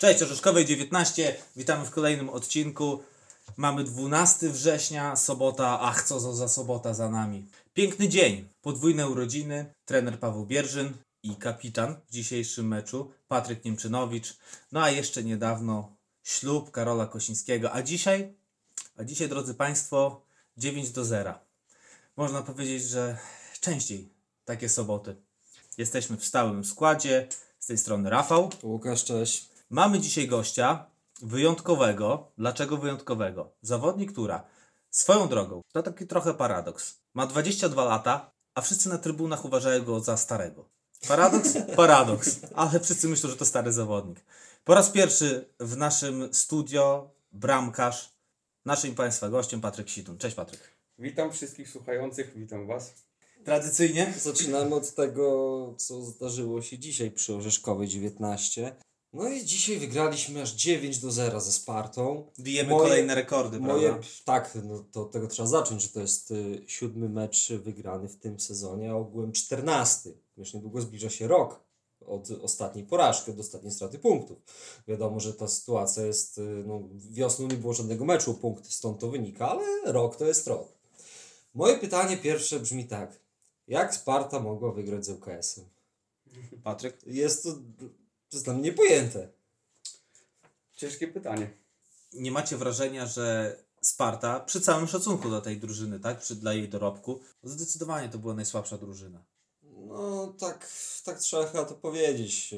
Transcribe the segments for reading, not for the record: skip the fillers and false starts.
Cześć, Orzeszkowej 19, witamy w kolejnym odcinku. Mamy 12 września, sobota, ach co za sobota za nami. Piękny dzień, podwójne urodziny, trener Paweł Bierzyn i kapitan w dzisiejszym meczu Patryk Niemczynowicz. No a jeszcze niedawno ślub Karola Kosińskiego, a dzisiaj, drodzy Państwo, 9-0. Można powiedzieć, że częściej takie soboty. Jesteśmy w stałym składzie, z tej strony Rafał. Łukasz, cześć. Mamy dzisiaj gościa wyjątkowego. Dlaczego wyjątkowego? Zawodnik, która swoją drogą, to taki trochę paradoks, ma 22 lata, a wszyscy na trybunach uważają go za starego. Paradoks? Paradoks. Ale wszyscy myślą, że to stary zawodnik. Po raz pierwszy w naszym studio bramkarz, naszym Państwa gościem Patryk Situn. Cześć Patryk. Witam wszystkich słuchających, witam Was. Tradycyjnie Zaczynamy od tego, co zdarzyło się dzisiaj przy Orzeszkowej 19. No i dzisiaj wygraliśmy aż 9-0 ze Spartą. bijemy kolejne rekordy, prawda? Tak, no to od tego trzeba zacząć, że to jest 7. mecz wygrany w tym sezonie, a ogółem 14. Już niedługo zbliża się rok od ostatniej porażki, od ostatniej straty punktów. Wiadomo, że ta sytuacja jest, wiosną nie było żadnego meczu o punkty, stąd to wynika, ale rok to jest rok. Moje pytanie pierwsze brzmi tak. Jak Sparta mogła wygrać z ŁKS-em? Patryk? Jest dla mnie niepojęte. Ciężkie pytanie. Nie macie wrażenia, że Sparta, przy całym szacunku do tej drużyny, tak, dla jej dorobku, zdecydowanie to była najsłabsza drużyna. No tak trzeba chyba to powiedzieć.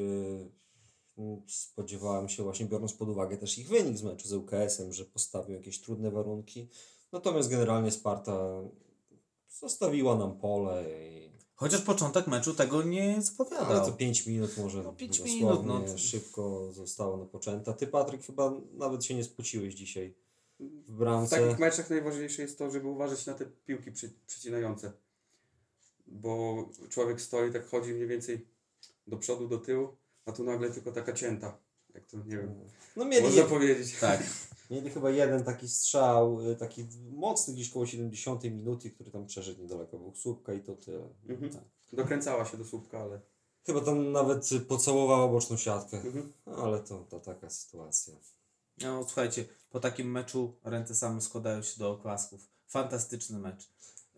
Spodziewałem się właśnie, biorąc pod uwagę też ich wynik z meczu z ŁKS-em, że postawią jakieś trudne warunki. Natomiast generalnie Sparta zostawiła nam pole i... Chociaż początek meczu tego nie zapowiadał. Ale to 5 minut może. No 5 minut, szybko zostało napoczęte. Ty, Patryk, chyba nawet się nie spociłeś dzisiaj w bramce. W takich meczach najważniejsze jest to, żeby uważać na te piłki przecinające. Bo człowiek stoi, tak chodzi mniej więcej do przodu, do tyłu, a tu nagle tylko taka cięta. Jak to, nie wiem, można powiedzieć. Tak. Mieli chyba jeden taki strzał, taki mocny gdzieś koło 70 minuty, który tam przeszedł niedaleko był słupka i to tyle. Tak. Dokręcała się do słupka, ale... Chyba tam nawet pocałowała boczną siatkę, ale to taka sytuacja. No słuchajcie, po takim meczu ręce same składają się do oklasków. Fantastyczny mecz.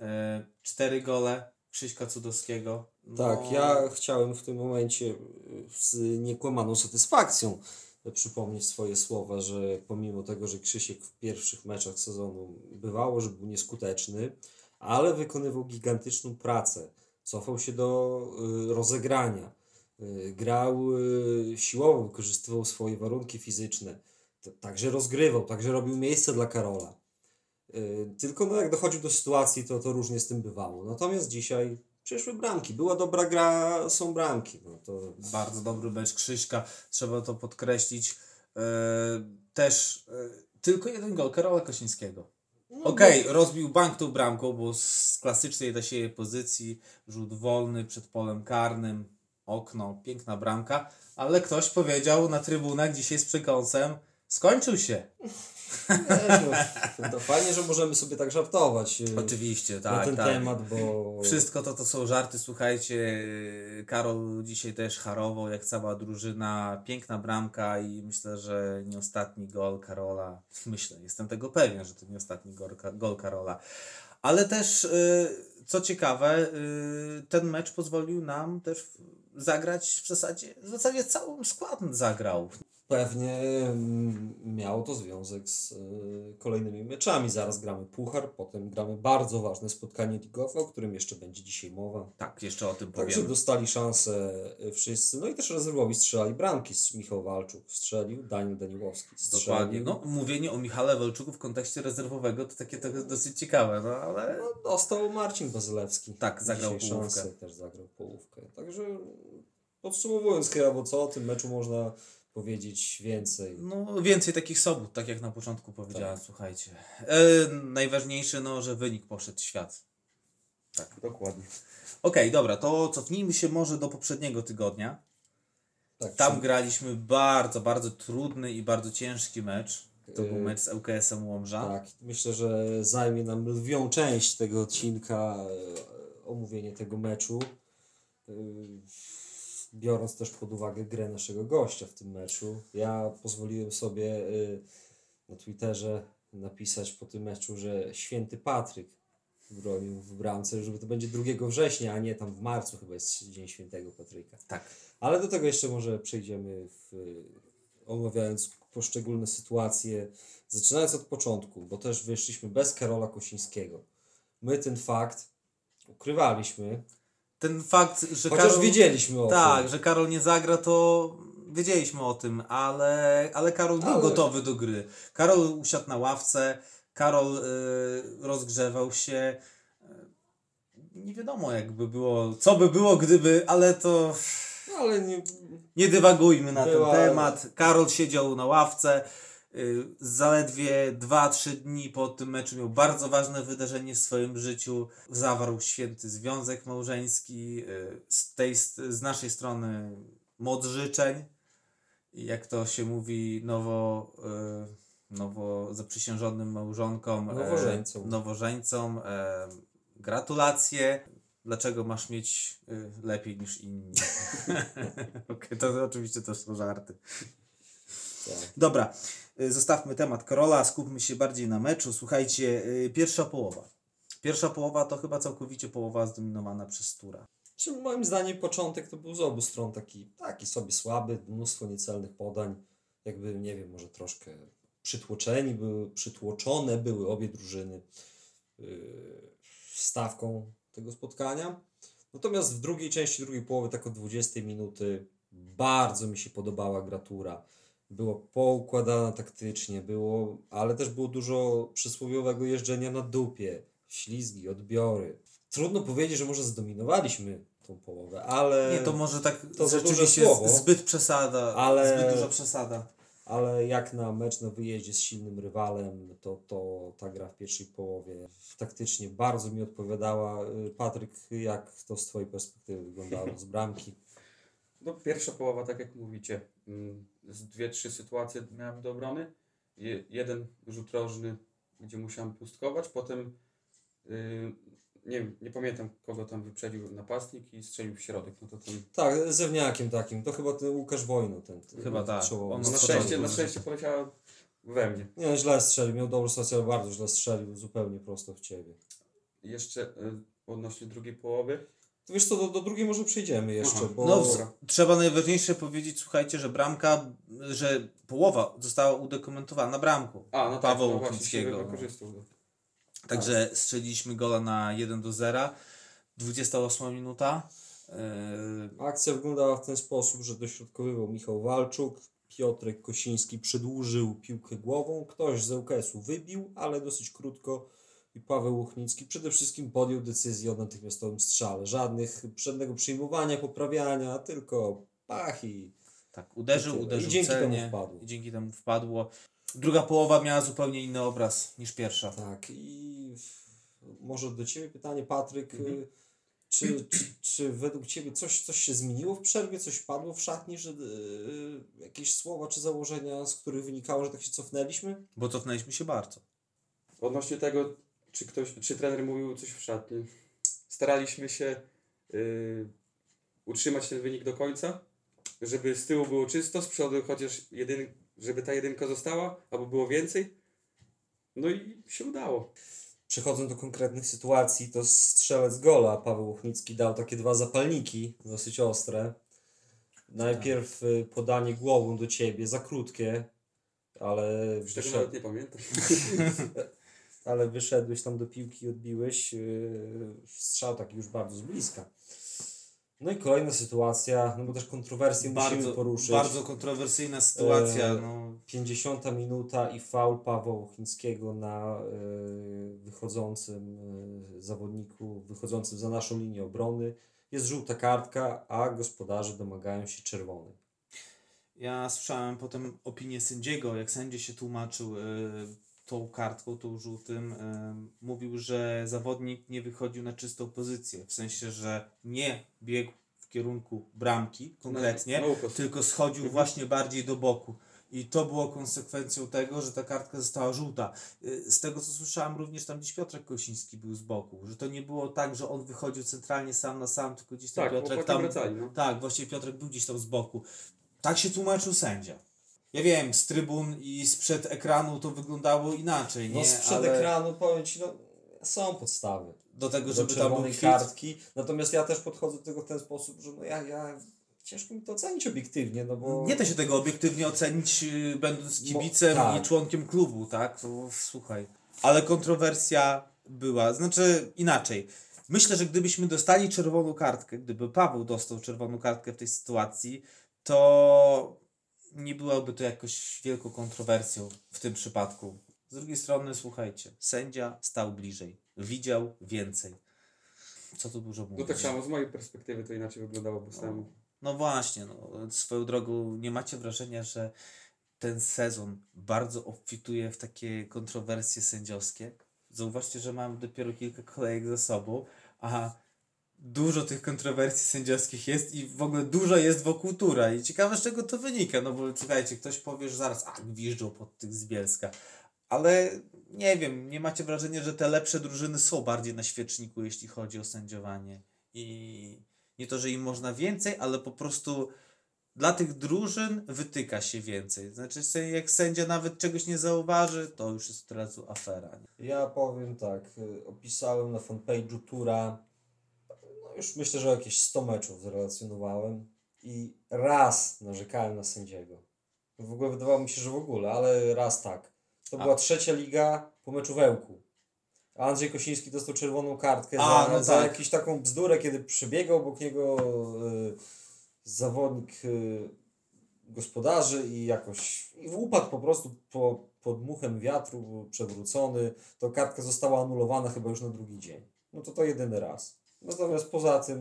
4 gole Krzyśka Cudowskiego. No... Tak, ja chciałem w tym momencie z niekłamaną satysfakcją przypomnieć swoje słowa, że pomimo tego, że Krzysiek w pierwszych meczach sezonu bywało, że był nieskuteczny, ale wykonywał gigantyczną pracę. Cofał się do rozegrania. Grał siłowo, wykorzystywał swoje warunki fizyczne. Także rozgrywał, także robił miejsce dla Karola. Tylko jak dochodził do sytuacji, to różnie z tym bywało. Natomiast dzisiaj przyszły bramki. Była dobra gra, są bramki. Bardzo dobry mecz Krzyśka, trzeba to podkreślić. Też tylko 1 gol Karola Kosińskiego. Rozbił bank tą bramką, bo z klasycznej dla siebie pozycji rzut wolny przed polem karnym, okno, piękna bramka, ale ktoś powiedział na trybunach dzisiaj z przekąsem, skończył się. To fajnie, że możemy sobie tak żartować. Oczywiście, na ten temat, bo... Wszystko to są żarty, słuchajcie. Karol dzisiaj też harował, jak cała drużyna. Piękna bramka i myślę, że nie ostatni gol Karola. Jestem tego pewien, że to nie ostatni gol Karola. Ale też, co ciekawe, ten mecz pozwolił nam też zagrać w zasadzie cały skład zagrał. Pewnie miało to związek z kolejnymi meczami. Zaraz gramy puchar, potem gramy bardzo ważne spotkanie ligowe, o którym jeszcze będzie dzisiaj mowa. Tak, jeszcze o tym powiemy. Także dostali szansę wszyscy. No i też rezerwowi strzelali bramki. Michał Walczuk strzelił, Daniel Daniłowski strzelił. Dokładnie. No, mówienie o Michale Walczuku w kontekście rezerwowego to takie dosyć ciekawe, no ale... No, dostał Marcin Bazylewski. Tak, zagrał połówkę. Szansę, też zagrał połówkę. Także podsumowując chyba, bo co o tym meczu można powiedzieć więcej. No więcej takich sobot, tak jak na początku powiedziałem, tak. Słuchajcie. Najważniejsze, że wynik poszedł w świat. Tak, dokładnie. Okej, dobra, to cofnijmy się może do poprzedniego tygodnia. Tak, tam graliśmy bardzo, bardzo trudny i bardzo ciężki mecz. To był mecz z ŁKS-em Łomża. Tak, myślę, że zajmie nam lwią część tego odcinka omówienie tego meczu. biorąc też pod uwagę grę naszego gościa w tym meczu, ja pozwoliłem sobie na Twitterze napisać po tym meczu, że święty Patryk bronił w bramce, żeby to będzie 2 września, a nie tam w marcu chyba jest Dzień Świętego Patryka. Tak. Ale do tego jeszcze może przejdziemy omawiając poszczególne sytuacje, zaczynając od początku, bo też wyszliśmy bez Karola Kosińskiego. My ten fakt ukrywaliśmy, Ten fakt, że chociaż wiedzieliśmy o tak, tym. że Karol nie zagra, to wiedzieliśmy o tym, ale Karol był gotowy do gry. Karol usiadł na ławce, Karol rozgrzewał się. Nie wiadomo jakby było, co by było gdyby, ale to Ale nie dywagujmy na ten Była- temat. Karol siedział na ławce. Zaledwie 2-3 dni po tym meczu miał bardzo ważne wydarzenie w swoim życiu. Zawarł święty związek małżeński. Z naszej strony moc życzeń. I jak to się mówi, nowo zaprzysiężonym małżonkom, nowożeńcom, gratulacje. Dlaczego masz mieć lepiej niż inni? Okej, to oczywiście też są żarty. tak. Dobra, zostawmy temat Karola, skupmy się bardziej na meczu. Słuchajcie, pierwsza połowa. Pierwsza połowa to chyba całkowicie połowa zdominowana przez Stura. Moim zdaniem początek to był z obu stron taki sobie słaby, mnóstwo niecelnych podań, jakby nie wiem, może troszkę przytłoczone były obie drużyny stawką tego spotkania. Natomiast w drugiej części, drugiej połowy, tak od 20 minuty bardzo mi się podobała gra Tura. Było poukładana taktycznie, ale też było dużo przysłowiowego jeżdżenia na dupie, ślizgi, odbiory. Trudno powiedzieć, że może zdominowaliśmy tą połowę, ale... Nie, to może tak to za duże rzeczywiście słowo, zbyt przesada, zbyt duża przesada. Ale jak na mecz na wyjeździe z silnym rywalem, to ta gra w pierwszej połowie taktycznie bardzo mi odpowiadała. Patryk, jak to z Twojej perspektywy wyglądało z bramki? No, pierwsza połowa, tak jak mówicie, z 2-3 sytuacje miałem do obrony. Jeden rzut rożny, gdzie musiałem pustkować, potem nie pamiętam, kogo tam wyprzedził napastnik i strzelił w środek. No to ten... Tak, zewniakiem takim. To chyba ten Łukasz Wojno. Chyba tak. czołowy. On Na szczęście poleciała we mnie. Nie, źle strzelił. Miał dobrą sytuację, ale bardzo źle strzelił. Zupełnie prosto w Ciebie. Jeszcze odnośnie drugiej połowy. To wiesz co, do drugiej może przejdziemy jeszcze, Aha. bo... No, trzeba najważniejsze powiedzieć, słuchajcie, że połowa została udokumentowana bramką Pawła Łuchnickiego. Wykorzystał. Także strzeliliśmy gola na 1-0, 28 minuta. Akcja wyglądała w ten sposób, że dośrodkowywał Michał Walczuk, Piotrek Kosiński przedłużył piłkę głową, ktoś z ŁKS-u wybił, ale dosyć krótko i Paweł Łuchnicki przede wszystkim podjął decyzję o natychmiastowym strzale. Żadnego przyjmowania, poprawiania, tylko pach i... Tak, uderzył I dzięki celnie temu wpadł. i dzięki temu wpadło. Druga połowa miała zupełnie inny obraz niż pierwsza. Tak, i może do Ciebie pytanie, Patryk, czy według Ciebie coś się zmieniło w przerwie, coś padło w szatni, że jakieś słowa czy założenia, z których wynikało, że tak się cofnęliśmy? Bo cofnęliśmy się bardzo. Odnośnie tego, czy trener mówił coś w szatni, staraliśmy się utrzymać ten wynik do końca, żeby z tyłu było czysto, z przodu chociaż żeby ta jedynka została, albo było więcej. No i się udało. Przechodząc do konkretnych sytuacji, to strzelec gola Paweł Łuchnicki dał takie 2 zapalniki, dosyć ostre. Najpierw podanie głową do Ciebie, za krótkie, ale Już tego nawet nie pamiętam. ale wyszedłeś tam do piłki i odbiłeś strzał taki już bardzo z bliska. No i kolejna sytuacja, no bo też kontrowersje musimy poruszyć. Bardzo kontrowersyjna sytuacja. 50 minuta i faul Pawła Łuchnickiego na wychodzącym zawodniku, wychodzącym za naszą linię obrony. Jest żółta kartka, a gospodarze domagają się czerwonej. Ja słyszałem potem opinię sędziego, jak sędzia się tłumaczył tą kartką, tą żółtym, mówił, że zawodnik nie wychodził na czystą pozycję, w sensie, że nie biegł w kierunku bramki konkretnie, tylko schodził właśnie bardziej do boku. I to było konsekwencją tego, że ta kartka została żółta. Z tego co słyszałem, również tam gdzieś Piotrek Kosiński był z boku. Że to nie było tak, że on wychodził centralnie sam na sam, tylko gdzieś tam Tak, Piotrek chłopaki tam... wracali, no. Tak, właściwie Piotrek był gdzieś tam z boku. Tak się tłumaczył sędzia. Ja wiem, z trybun i sprzed ekranu to wyglądało inaczej, nie? No sprzed ekranu, powiem Ci, no są podstawy Do tego, do żeby tam był czerwonej kwit. kartki. Natomiast ja też podchodzę do tego w ten sposób, że no ja ciężko mi to ocenić obiektywnie, no bo... Nie da się tego obiektywnie ocenić, będąc kibicem tak. i członkiem klubu, tak? To, słuchaj. Ale kontrowersja była. Znaczy inaczej. Myślę, że gdybyśmy dostali czerwoną kartkę, gdyby Paweł dostał czerwoną kartkę w tej sytuacji, to nie byłoby to jakoś wielką kontrowersją w tym przypadku. Z drugiej strony, słuchajcie, sędzia stał bliżej. Widział więcej. Co tu dużo mówić. No tak samo z mojej perspektywy to inaczej wyglądało, bo stałem... No właśnie, no, swoją drogą nie macie wrażenia, że ten sezon bardzo obfituje w takie kontrowersje sędziowskie? Zauważcie, że mamy dopiero kilka kolejek za sobą, a dużo tych kontrowersji sędziowskich jest i w ogóle dużo jest wokół Tura i ciekawe z czego to wynika, no bo słuchajcie, ktoś powie, że zaraz, gwiżdżą pod tych z Bielska, ale nie wiem, nie macie wrażenia, że te lepsze drużyny są bardziej na świeczniku, jeśli chodzi o sędziowanie i nie to, że im można więcej, ale po prostu dla tych drużyn wytyka się więcej. Znaczy, jak sędzia nawet czegoś nie zauważy, to już jest od razu afera. Nie? Ja powiem tak, opisałem na fanpage'u Tura, no już myślę, że jakieś 100 meczów zrelacjonowałem i raz narzekałem na sędziego. W ogóle wydawało mi się, że w ogóle, ale raz tak. To była trzecia liga po meczu w Ełku. Andrzej Kosiński dostał czerwoną kartkę za jakąś taką bzdurę, kiedy przebiegał obok niego zawodnik gospodarzy i jakoś upadł po prostu pod muchem wiatru, był przewrócony. To kartka została anulowana chyba już na drugi dzień. No to jedyny raz. Natomiast poza tym,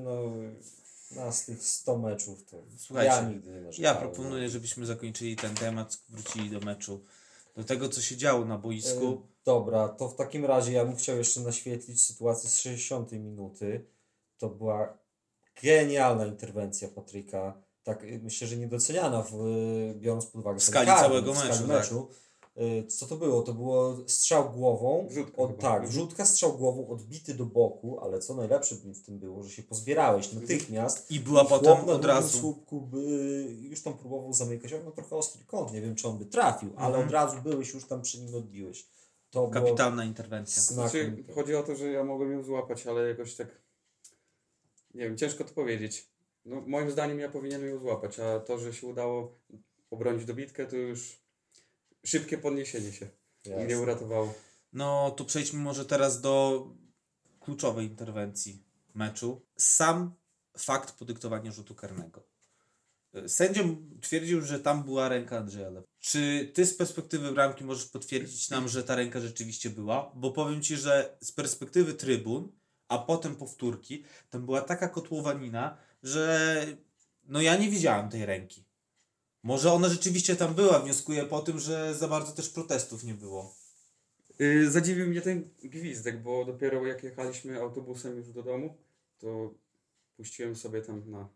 z tych 100 meczów to Słuchajcie, ja nigdy nie narzekałem. Ja proponuję, żebyśmy zakończyli ten temat, wrócili do meczu. Do tego, co się działo na boisku. Dobra, to w takim razie ja bym chciał jeszcze naświetlić sytuację z 60 minuty. To była genialna interwencja Patryka. Tak, myślę, że niedoceniana, biorąc pod uwagę W skali całego meczu. Co to było? To było strzał głową. Wrzutka wrzutka, strzał głową odbity do boku, ale co najlepsze w tym było, że się pozbierałeś natychmiast. I była potem od razu. W słupku by już tam próbował zamykać, no trochę ostry kąt, nie wiem czy on by trafił, ale od razu byłeś, już tam przy nim odbiłeś. To kapitalna interwencja. Znaczy, chodzi o to, że ja mogłem ją złapać, ale jakoś tak, nie wiem, ciężko to powiedzieć. No, moim zdaniem ja powinienem ją złapać, a to, że się udało obronić dobitkę, to już szybkie podniesienie się i mnie uratowało. No to przejdźmy może teraz do kluczowej interwencji meczu. Sam fakt podyktowania rzutu karnego. Sędzia twierdził, że tam była ręka Andrzeja Lewa. Czy ty z perspektywy bramki możesz potwierdzić nam, że ta ręka rzeczywiście była? Bo powiem ci, że z perspektywy trybun, a potem powtórki, tam była taka kotłowanina, że no ja nie widziałem tej ręki. Może ona rzeczywiście tam była, wnioskuję po tym, że za bardzo też protestów nie było. Zadziwił mnie ten gwizdek, bo dopiero jak jechaliśmy autobusem już do domu, to puściłem sobie tam na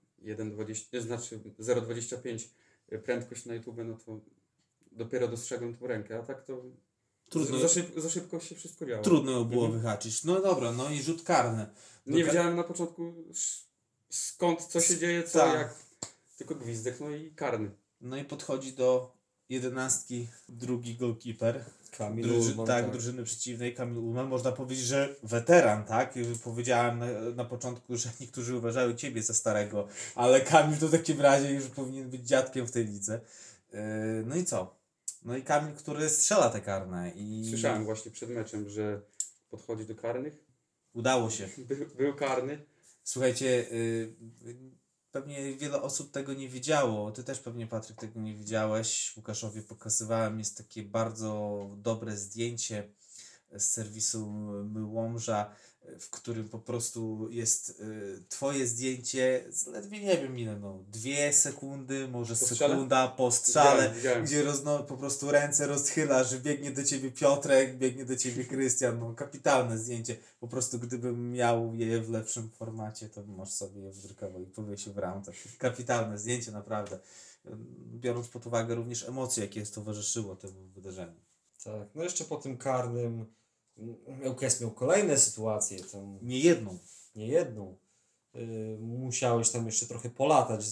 0,25 prędkość na YouTube, no to dopiero dostrzegłem tą rękę, a tak to Trudno. Za szybko się wszystko działo. Trudno było wyhaczyć. No dobra, no i rzut karny. Nie wiedziałem na początku skąd, co się dzieje, co, jak, tylko gwizdek, no i karny. No i podchodzi do 11 drugi golkiper. Kamil Ullman, drużyny przeciwnej, Kamil Ullman. Można powiedzieć, że weteran, tak? Powiedziałem na początku, że niektórzy uważają ciebie za starego, ale Kamil to w takim razie już powinien być dziadkiem w tej lidze. No i co? No i Kamil, który strzela te karne. Słyszałem właśnie przed meczem, że podchodzi do karnych. Udało się. Był karny. Słuchajcie, pewnie wiele osób tego nie wiedziało. Ty też pewnie, Patryk, tego nie widziałeś. Łukaszowi pokazywałem. Jest takie bardzo dobre zdjęcie z serwisu Myłomża, w którym po prostu jest twoje zdjęcie z ledwie nie wiem ile, 2 sekundy, może sekunda po strzale, Widziałem. gdzie po prostu ręce rozchylasz, biegnie do ciebie Piotrek, biegnie do ciebie Krystian. Kapitalne zdjęcie. Po prostu gdybym miał je w lepszym formacie, to możesz sobie je wydrukować i powiesił w ramce. Kapitalne zdjęcie, naprawdę. biorąc pod uwagę również emocje, jakie towarzyszyło temu wydarzeniu. Tak, no jeszcze po tym karnym ŁKS miał kolejne sytuacje, tam Nie jedną. nie jedną. Musiałeś tam jeszcze trochę polatać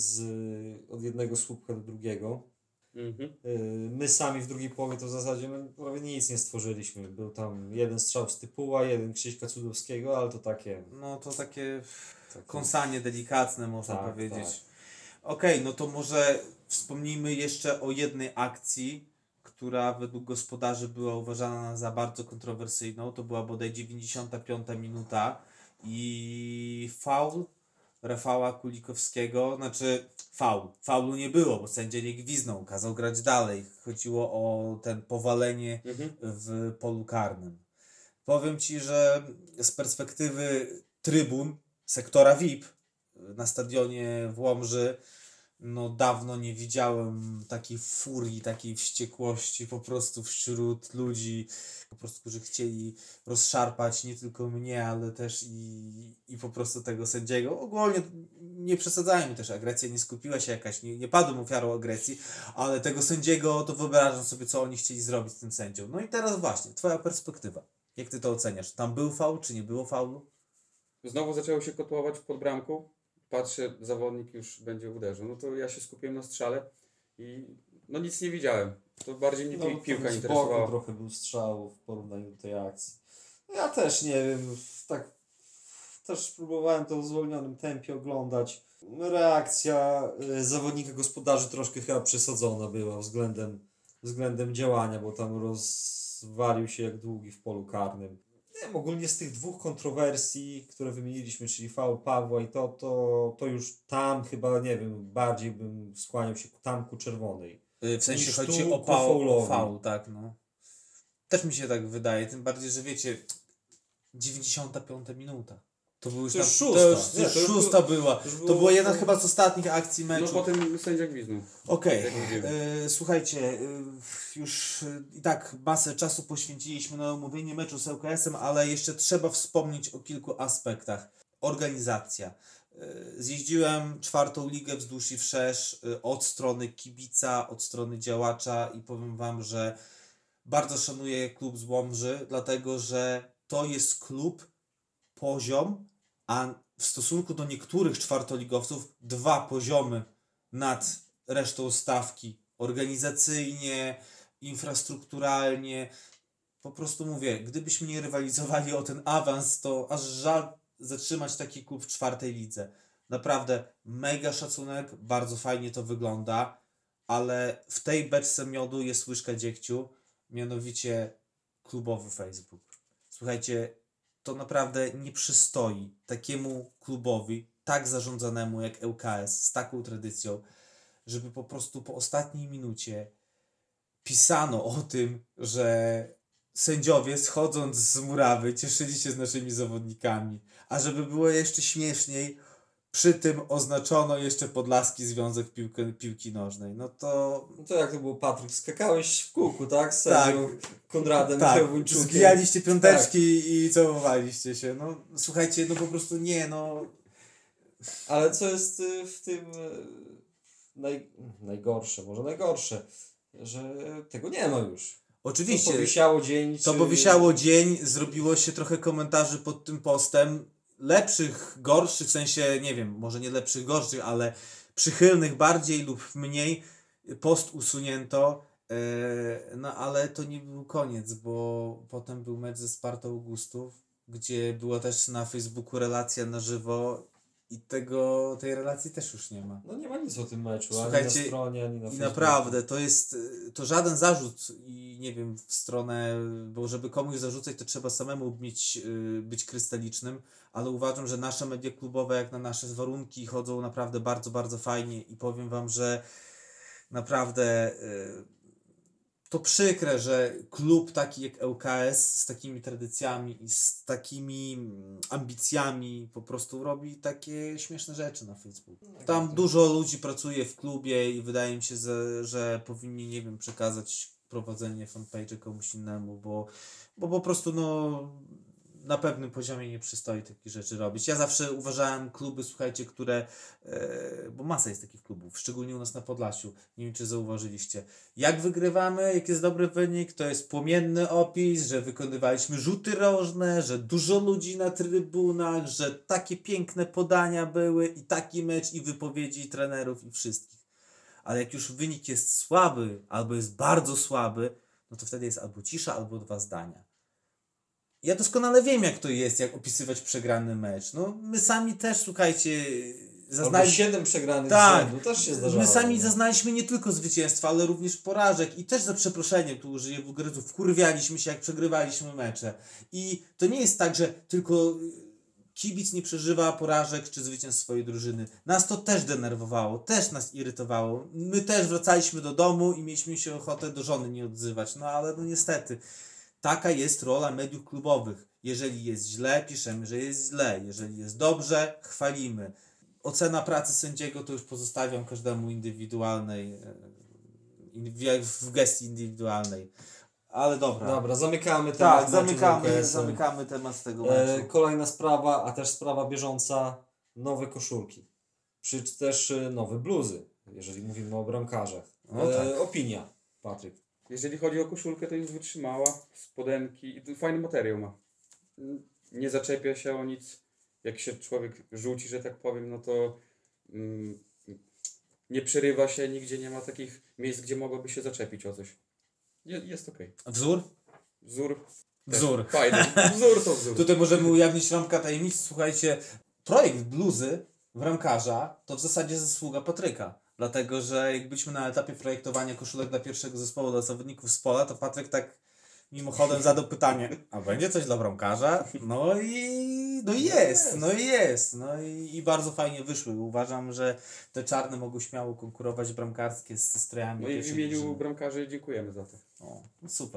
od jednego słupka do drugiego. Mhm. My sami w drugiej połowie to w zasadzie prawie nic nie stworzyliśmy. Był tam jeden strzał z Typuła, jeden Krzyśka Cudowskiego, ale to takie... No to takie kąsanie delikatne, można Tak, powiedzieć. tak. Okej, no to może wspomnijmy jeszcze o jednej akcji, która według gospodarzy była uważana za bardzo kontrowersyjną. To była bodaj 95 minuta i faul Rafała Kulikowskiego, znaczy faulu nie było, bo sędzia nie gwizdnął, kazał grać dalej. Chodziło o ten powalenie w polu karnym. Powiem Ci, że z perspektywy trybun sektora VIP na stadionie w Łomży, no dawno nie widziałem takiej furii, takiej wściekłości po prostu wśród ludzi, po prostu, którzy chcieli rozszarpać nie tylko mnie, ale też i po prostu tego sędziego. Ogólnie nie przesadzajmy też, agresja nie skupiła się jakaś, nie padłem ofiarą agresji, ale tego sędziego to wyobrażam sobie, co oni chcieli zrobić z tym sędzią. No i teraz właśnie, Twoja perspektywa. Jak Ty to oceniasz? Tam był faul, czy nie było faulu? Znowu zaczęło się kotłować pod bramką. Patrzę, zawodnik już będzie uderzył. No to ja się skupiłem na strzale i no nic nie widziałem. To bardziej mnie piłka z interesowała. boku trochę był strzał w porównaniu do tej akcji. No ja też nie wiem, tak też próbowałem to w zwolnionym tempie oglądać. Reakcja zawodnika gospodarzy troszkę chyba przesadzona była względem działania, bo tam rozwalił się jak długi w polu karnym. Nie wiem, ogólnie z tych dwóch kontrowersji, które wymieniliśmy, czyli faul Pawła i to już tam chyba, nie wiem, bardziej bym skłaniał się ku czerwonej. W sensie Niż chodzi tu o ku faulowi. faul, tak, no. Też mi się tak wydaje, tym bardziej, że wiecie, 95 minuta. To był już To już tam- szósta. To już, Nie, to już szósta była. już To było- była jedna chyba z ostatnich akcji No meczu. potem sędzia gwizdnął. Okej, Jak mówiłem. słuchajcie, już i tak masę czasu poświęciliśmy na omówienie meczu z ŁKS-em, ale jeszcze trzeba wspomnieć o kilku aspektach. Organizacja. Zjeździłem 4. ligę wzdłuż i wszerz od strony kibica, od strony działacza i powiem Wam, że bardzo szanuję klub z Łomży, dlatego że to jest klub poziom, a w stosunku do niektórych czwartoligowców 2 poziomy nad resztą stawki. Organizacyjnie, infrastrukturalnie. Po prostu mówię, gdybyśmy nie rywalizowali o ten awans, to aż żal zatrzymać taki klub w 4. lidze. Naprawdę mega szacunek, bardzo fajnie to wygląda, ale w tej beczce miodu jest łyżka dziegciu, mianowicie klubowy Facebook. Słuchajcie, to naprawdę nie przystoi takiemu klubowi, tak zarządzanemu jak ŁKS, z taką tradycją, żeby po prostu po ostatniej minucie pisano o tym, że sędziowie schodząc z murawy cieszyli się z naszymi zawodnikami. A żeby było jeszcze śmieszniej, przy tym oznaczono jeszcze Podlaski Związek Piłki Nożnej. No to... No to jak to było, Patryk? Skakałeś w kółku, tak? Z sędzią Konradem Tak, Chełwończukiem. zbijaliście piąteczki i całowaliście się. No słuchajcie, no po prostu nie, no... Ale co jest w tym najgorsze, może najgorsze, że tego nie ma już. Oczywiście. To powisiało dzień. To powisiało dzień, zrobiło się trochę komentarzy pod tym postem. Lepszych, gorszych, w sensie, nie wiem, może nie lepszych, gorszych, ale przychylnych bardziej lub mniej. Post usunięto. No ale to nie był koniec, bo potem był mecz ze Spartą Augustów, gdzie była też na Facebooku relacja na żywo i tej relacji też już nie ma. No nie ma nic o tym meczu, ani Słuchajcie, na stronie, ani na I Facebooku. naprawdę, to żaden zarzut i nie wiem, w stronę, bo żeby komuś zarzucać, to trzeba samemu być krystalicznym, ale uważam, że nasze media klubowe, jak na nasze warunki, chodzą naprawdę bardzo, bardzo fajnie i powiem Wam, że naprawdę to przykre, że klub taki jak ŁKS z takimi tradycjami i z takimi ambicjami po prostu robi takie śmieszne rzeczy na Facebooku. Tam dużo ludzi pracuje w klubie i wydaje mi się, że powinni, nie wiem, przekazać prowadzenie fanpage'a komuś innemu, bo po prostu no na pewnym poziomie nie przystoi takich rzeczy robić. Ja zawsze uważałem kluby, słuchajcie, które, bo masa jest takich klubów, szczególnie u nas na Podlasiu, nie wiem czy zauważyliście, jak wygrywamy, jak jest dobry wynik, to jest płomienny opis, że wykonywaliśmy rzuty rożne, że dużo ludzi na trybunach, że takie piękne podania były i taki mecz i wypowiedzi trenerów i wszystkich. Ale jak już wynik jest słaby, albo jest bardzo słaby, no to wtedy jest albo cisza, albo 2 zdania. Ja doskonale wiem, jak to jest, jak opisywać przegrany mecz. No, my sami też, słuchajcie, Albo 7 przegranych tak, z rzędu też się zdarzało. my sami nie? zaznaliśmy nie tylko zwycięstwa, ale również porażek i też za przeproszeniem, tu użyję wulgaryzmu, wkurwialiśmy się, jak przegrywaliśmy mecze. I to nie jest tak, że tylko kibic nie przeżywa porażek czy zwycięstw swojej drużyny. Nas to też denerwowało, też nas irytowało. My też wracaliśmy do domu i mieliśmy się ochotę do żony nie odzywać. No ale no niestety, taka jest rola mediów klubowych. Jeżeli jest źle, piszemy, że jest źle. Jeżeli jest dobrze, chwalimy. Ocena pracy sędziego to już pozostawiam każdemu indywidualnej, w gestii indywidualnej. Ale dobra. Dobra, zamykamy temat. Tak, meczu z ŁKS-em. zamykamy temat tego meczu. Kolejna sprawa, a też sprawa bieżąca, nowe koszulki. Też nowe bluzy, jeżeli mówimy o bramkarzach. No tak. Opinia, Patryk. Jeżeli chodzi o koszulkę, to jest wytrzymała, spodenki i fajny materiał ma. Nie zaczepia się o nic. Jak się człowiek rzuci, że tak powiem, no to nie przerywa się, nigdzie nie ma takich miejsc, gdzie mogłoby się zaczepić o coś. Jest okej. Wzór? Wzór. Wzór. Fajny. Wzór to wzór. Tutaj możemy ujawnić rąbka tajemnicy. Słuchajcie, projekt bluzy bramkarza to w zasadzie zasługa Patryka. Dlatego, że jak byliśmy na etapie projektowania koszulek dla pierwszego zespołu, dla zawodników z pola, to Patryk tak mimochodem zadał pytanie, a będzie coś dla bramkarza? No i jest. I bardzo fajnie wyszły. Uważam, że te czarne mogą śmiało konkurować bramkarskie ze strojami. No i w pierwszej imieniu drużyny. bramkarzy dziękujemy za to. O, super.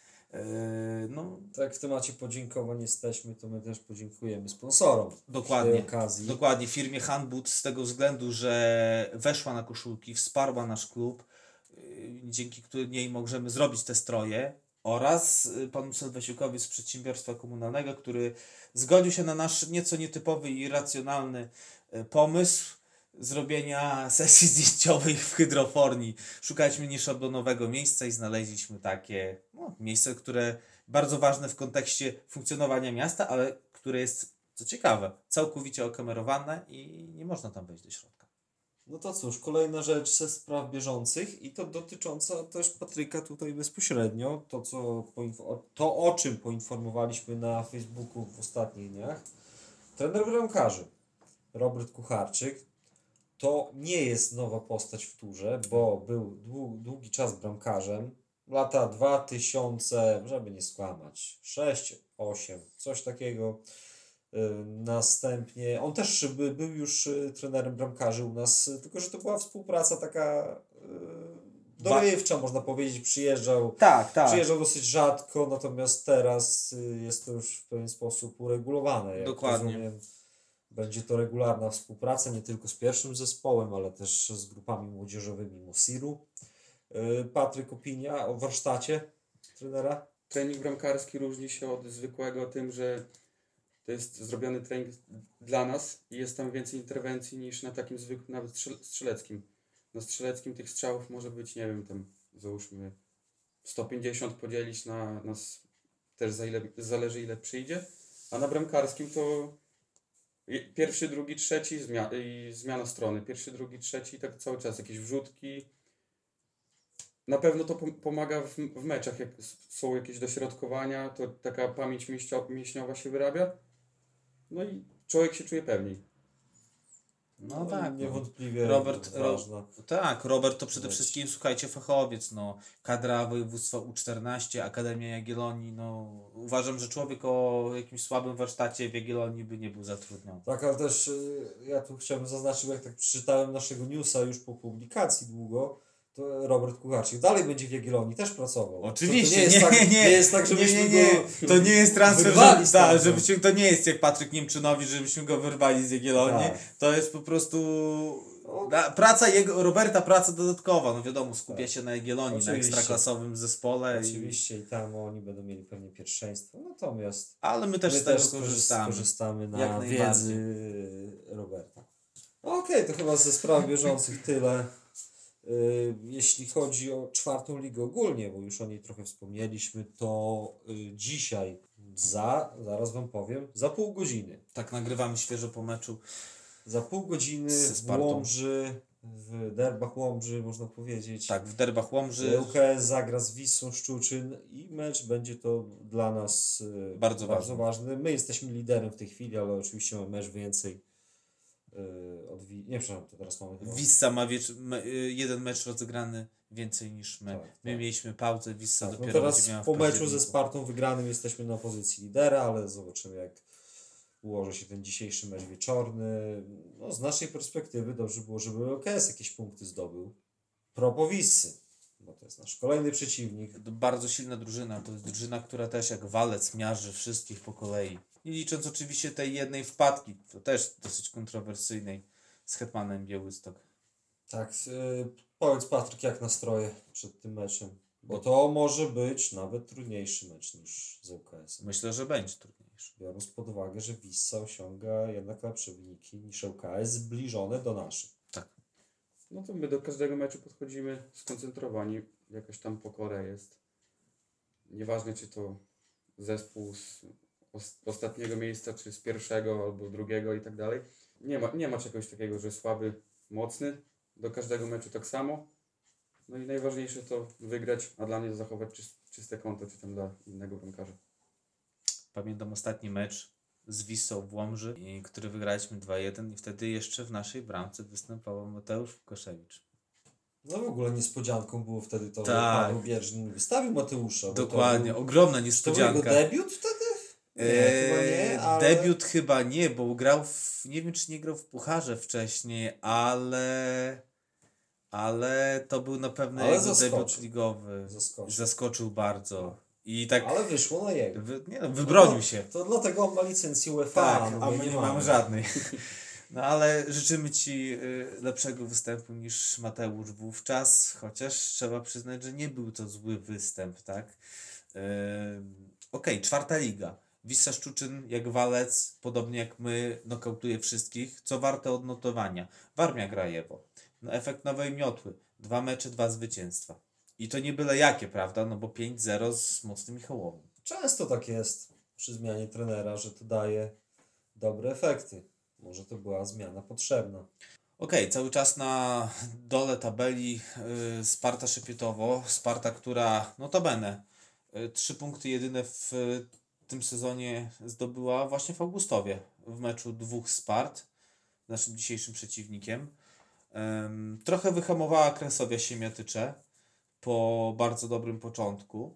No, Tak jak w temacie podziękowań jesteśmy, to my też podziękujemy sponsorom. dokładnie. Z tej okazji. Dokładnie, firmie Handboot z tego względu, że weszła na koszulki, wsparła nasz klub, dzięki której możemy zrobić te stroje, oraz panu Sylwesiukowi z przedsiębiorstwa komunalnego, który zgodził się na nasz nieco nietypowy i racjonalny pomysł zrobienia sesji zdjęciowej w hydroforni. Szukaliśmy nieszablonowego miejsca i znaleźliśmy takie miejsce, które bardzo ważne w kontekście funkcjonowania miasta, ale które jest, co ciekawe, całkowicie okamerowane i nie można tam wejść do środka. No to cóż, kolejna rzecz ze spraw bieżących i to dotycząca też Patryka tutaj bezpośrednio. To o czym poinformowaliśmy na Facebooku w ostatnich dniach. Trener bramkarzy Robert Kucharczyk to nie jest nowa postać w turze, bo był długi czas bramkarzem. Lata 2000, żeby nie skłamać, 6, 8, coś takiego. Następnie on też był już trenerem bramkarzy u nas, tylko że to była współpraca taka dorywcza, można powiedzieć. Przyjeżdżał dosyć rzadko, natomiast teraz jest to już w pewien sposób uregulowane. Jak Dokładnie. rozumiem, będzie to regularna współpraca nie tylko z pierwszym zespołem, ale też z grupami młodzieżowymi Mosiru. Patryk, opinia o warsztacie trenera? Trening bramkarski różni się od zwykłego tym, że to jest zrobiony trening dla nas i jest tam więcej interwencji niż na takim zwykłym, nawet strzeleckim. Na strzeleckim tych strzałów może być, nie wiem, tam załóżmy 150 podzielić na nas też zależy ile przyjdzie, a na bramkarskim to pierwszy, drugi, trzeci i zmiana strony. Pierwszy, drugi, trzeci, tak cały czas jakieś wrzutki. Na pewno to pomaga w meczach, jak są jakieś dośrodkowania, to taka pamięć mięśniowa się wyrabia. No i człowiek się czuje pewniej. No tak. Niewątpliwie ważna. Robert to przede wszystkim, słuchajcie, fachowiec, kadra województwa U14, Akademia Jagiellonii, uważam, że człowiek o jakimś słabym warsztacie w Jagiellonii by nie był zatrudniony. Tak, ale też ja tu chciałbym zaznaczyć, jak tak przeczytałem naszego newsa już po publikacji długo, to Robert Kucharczyk dalej będzie w Jagiellonii, też pracował. Oczywiście, nie jest tak, żebyśmy go to nie jest transfer, wyrwali to nie jest jak Patryk Niemczynowicz, żebyśmy go wyrwali z Jagiellonii. Tak. To jest po prostu Praca Roberta, praca dodatkowa, no wiadomo, skupia się na Jagiellonii, na ekstraklasowym zespole. Oczywiście i tam oni będą mieli pewnie pierwszeństwo, natomiast ale my też z tego korzystamy na wiedzy Roberta. Okej, to chyba ze spraw bieżących tyle. Jeśli chodzi o 4. ligę ogólnie, bo już o niej trochę wspomnieliśmy, to dzisiaj, zaraz wam powiem, za pół godziny. Tak, nagrywamy świeżo po meczu. Za pół godziny w Łomży, w derbach Łomży, można powiedzieć. Tak, w derbach Łomży. ŁKS zagra z Wisłą Szczuczyn i mecz będzie to dla nas bardzo ważny. My jesteśmy liderem w tej chwili, ale oczywiście mamy mecz więcej. Nie, przepraszam, to teraz mamy... Wissa ma jeden mecz rozegrany więcej niż my. Tak. My mieliśmy pauzę, Wissa dopiero teraz będzie miała po meczu ze Spartą wygranym jesteśmy na pozycji lidera, ale zobaczymy, jak ułoży się ten dzisiejszy mecz wieczorny. No, z naszej perspektywy dobrze było, żeby ŁKS jakieś punkty zdobył. Propos Wissy, bo to jest nasz kolejny przeciwnik. To bardzo silna drużyna. To jest drużyna, która też jak walec miarzy wszystkich po kolei. Nie licząc oczywiście tej jednej wpadki, to też dosyć kontrowersyjnej, z Hetmanem Białystok. Tak, powiedz Patryk, jak nastroje przed tym meczem? Bo to może być nawet trudniejszy mecz niż z ŁKS. Myślę, że będzie trudniejszy. Biorąc pod uwagę, że Wissa osiąga jednak lepsze wyniki niż ŁKS, zbliżone do naszych. Tak. No to my do każdego meczu podchodzimy skoncentrowani. Jakaś tam pokora jest. Nieważne, czy to zespół z ostatniego miejsca, czy z pierwszego, albo drugiego i tak dalej. Nie ma czegoś takiego, że słaby, mocny. Do każdego meczu tak samo. No i najważniejsze to wygrać, a dla mnie zachować czyste konto, czy tam dla innego bramkarza. Pamiętam ostatni mecz z Wissą w Łomży, który wygraliśmy 2-1 i wtedy jeszcze w naszej bramce występował Mateusz Łukaszewicz. No w ogóle niespodzianką było wtedy to, tak, że Paweł Bierzyn wystawił Mateusza. Dokładnie, ogromna niespodzianka. To był jego debiut wtedy? Chyba nie, ale... Debiut chyba nie, bo grał nie wiem czy nie grał w Pucharze wcześniej, ale to był na pewno jego debiut ligowy. Zaskoczył bardzo. I tak, ale wyszło na jego. Wybronił się. To dlatego on ma licencję UEFA. Tak, a my nie mamy żadnej. No ale życzymy Ci lepszego występu niż Mateusz wówczas, chociaż trzeba przyznać, że nie był to zły występ, tak? Okej, 4. liga. Wissa Szczuczyn jak walec, podobnie jak my, nokautuje wszystkich, co warte odnotowania. Warmia Grajewo. No, efekt nowej miotły. 2 mecze, 2 zwycięstwa. I to nie byle jakie, prawda? No bo 5-0 z Mocnym Michałowem. Często tak jest przy zmianie trenera, że to daje dobre efekty. Może to była zmiana potrzebna. Okej, cały czas na dole tabeli Sparta Szepietowo. Sparta, która notabene 3 punkty jedyne w tym sezonie zdobyła właśnie w Augustowie. W meczu 2 Spart, naszym dzisiejszym przeciwnikiem. Trochę wyhamowała Kresowia Siemiatycze po bardzo dobrym początku.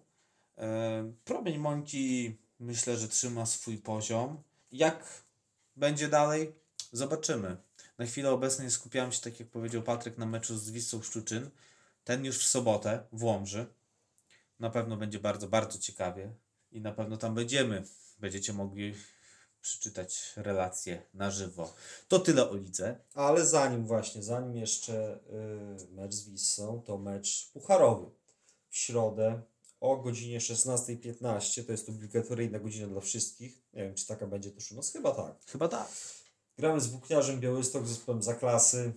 Promień Mońki myślę, że trzyma swój poziom. Jak będzie dalej? Zobaczymy. Na chwilę obecną skupiałem się, tak jak powiedział Patryk, na meczu z Wissą Szczuczyn. Ten już w sobotę w Łomży. Na pewno będzie bardzo, bardzo ciekawie. I na pewno tam będziecie mogli przeczytać relacje na żywo. To tyle o lidze. Ale zanim jeszcze mecz z Wissą, to mecz pucharowy. W środę o godzinie 16:15, to jest obligatoryjna godzina dla wszystkich. Nie wiem, czy taka będzie też u nas. Chyba tak. Chyba tak. Gramy z Włókniarzem Białystok, zespołem Zaklasy,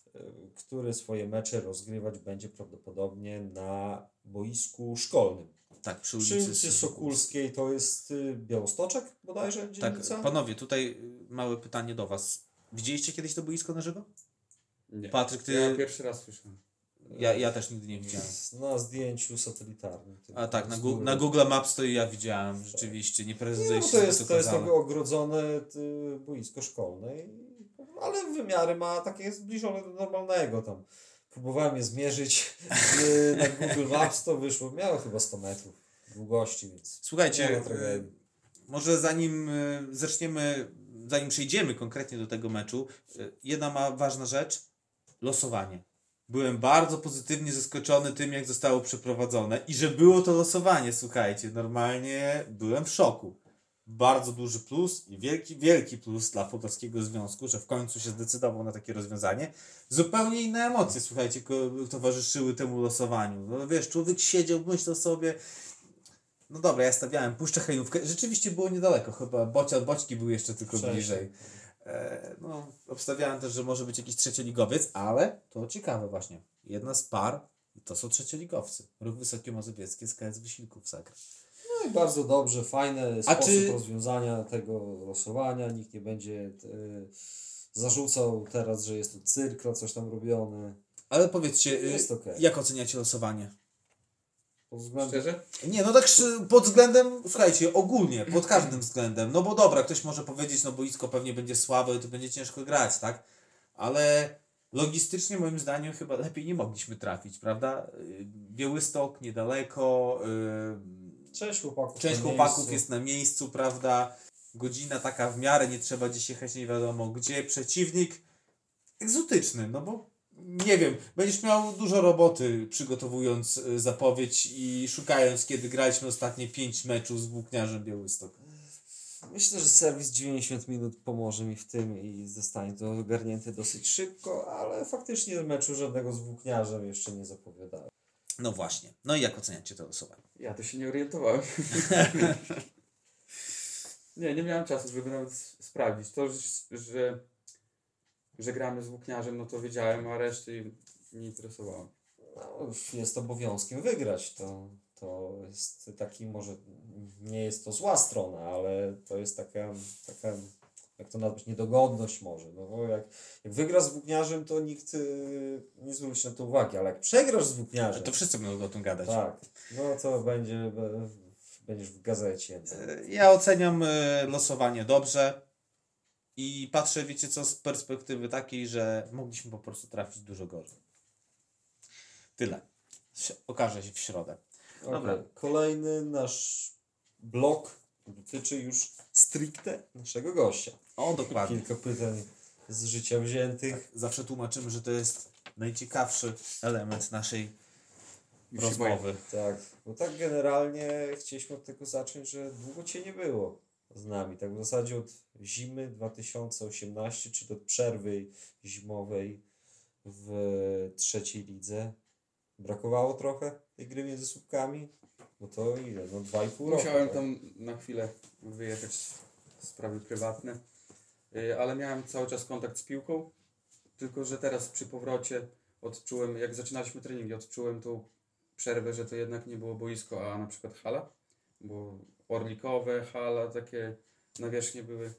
który swoje mecze rozgrywać będzie prawdopodobnie na boisku szkolnym. Tak, przy ulicy Sokulskiej, to jest Białostoczek bodajże dzielnica? Tak, panowie, tutaj małe pytanie do Was. Widzieliście kiedyś to boisko na żywo? Nie. Patryk, ty... Ja pierwszy raz słyszałem. Ja też nigdy nie widziałem. Na zdjęciu satelitarnym. A tak, na Google Maps to ja widziałem rzeczywiście, nie prezentuje się. To jest ogrodzone boisko szkolne, ale wymiary ma takie zbliżone do normalnego tam. Próbowałem je zmierzyć na Google Maps, to wyszło, miało chyba 100 metrów długości, więc słuchajcie, może zanim przejdziemy konkretnie do tego meczu, jedna ważna rzecz, losowanie. Byłem bardzo pozytywnie zaskoczony tym, jak zostało przeprowadzone i że było to losowanie, słuchajcie, normalnie byłem w szoku. bardzo duży plus i wielki, wielki plus dla Podlaskiego Związku, że w końcu się zdecydował na takie rozwiązanie. Zupełnie inne emocje, słuchajcie, towarzyszyły temu losowaniu. No wiesz, człowiek siedział, myślał sobie, no dobra, ja stawiałem, puszczę hejnówkę. Rzeczywiście było niedaleko, chyba boćki były jeszcze tylko bliżej. No, obstawiałem też, że może być jakiś trzecioligowiec, ale to ciekawe właśnie. Jedna z par to są trzecioligowcy. Ruch Wysokie Mazowieckie z KS Wysiłków Zagreb. No i bardzo dobrze, fajny sposób czy- rozwiązania tego losowania. Nikt nie będzie zarzucał teraz, że jest to cyrk, coś tam robiony. Ale powiedzcie, Jest okej. jak oceniacie losowanie? Pod względem Szczerze? Nie, no tak pod względem, słuchajcie, ogólnie, pod każdym względem. No bo dobra, ktoś może powiedzieć, no boisko pewnie będzie słabe, to będzie ciężko grać, tak? Ale logistycznie moim zdaniem chyba lepiej nie mogliśmy trafić, prawda? Białystok niedaleko, część chłopaków, część na chłopaków miejscu. jest na miejscu, prawda? Godzina taka w miarę, nie trzeba gdzieś jechać nie wiadomo gdzie. Przeciwnik egzotyczny, no bo nie wiem, będziesz miał dużo roboty przygotowując zapowiedź i szukając, kiedy graliśmy ostatnie 5 meczów z Włókniarzem Białystok. Myślę, że serwis 90 minut pomoże mi w tym i zostanie to ogarnięte dosyć szybko, ale faktycznie meczu żadnego z Włókniarzem jeszcze nie zapowiadałem. No właśnie. No i jak oceniacie to losowanie? Ja to się nie orientowałem. nie miałem czasu, żeby nawet sprawdzić. To, że gramy z Włókniarzem, no to wiedziałem, a reszty nie interesowało. No, jest obowiązkiem wygrać. To jest taki, może nie jest to zła strona, ale to jest taka jak to nazwać, niedogodność może. No bo jak wygrasz z Włókniarzem, to nikt nie zwróci na to uwagi, ale jak przegrasz z Włókniarzem, To wszyscy będą o tym gadać. tak, no to będziesz w gazecie. Ja oceniam losowanie dobrze i patrzę, wiecie co, z perspektywy takiej, że mogliśmy po prostu trafić dużo gorzej. Tyle. Okaże się w środę. Dobra. Okay. Kolejny nasz blok dotyczy już stricte naszego gościa. O, dokładnie. Kilka pytań z życia wziętych. Zawsze tłumaczymy, że to jest najciekawszy element naszej Już się rozmowy. Tak, bo tak generalnie chcieliśmy od tego zacząć, że długo Cię nie było z nami. Tak w zasadzie od zimy 2018, czyli od przerwy zimowej w trzeciej lidze. Brakowało trochę tej gry między słupkami. No to ile? No 2,5 roku. Musiałem tak? tam na chwilę wyjechać w sprawy prywatne, ale miałem cały czas kontakt z piłką, tylko że teraz przy powrocie odczułem, jak zaczynaliśmy treningi, odczułem tą przerwę, że to jednak nie było boisko, a na przykład hala, bo orlikowe, hala, takie nawierzchnie były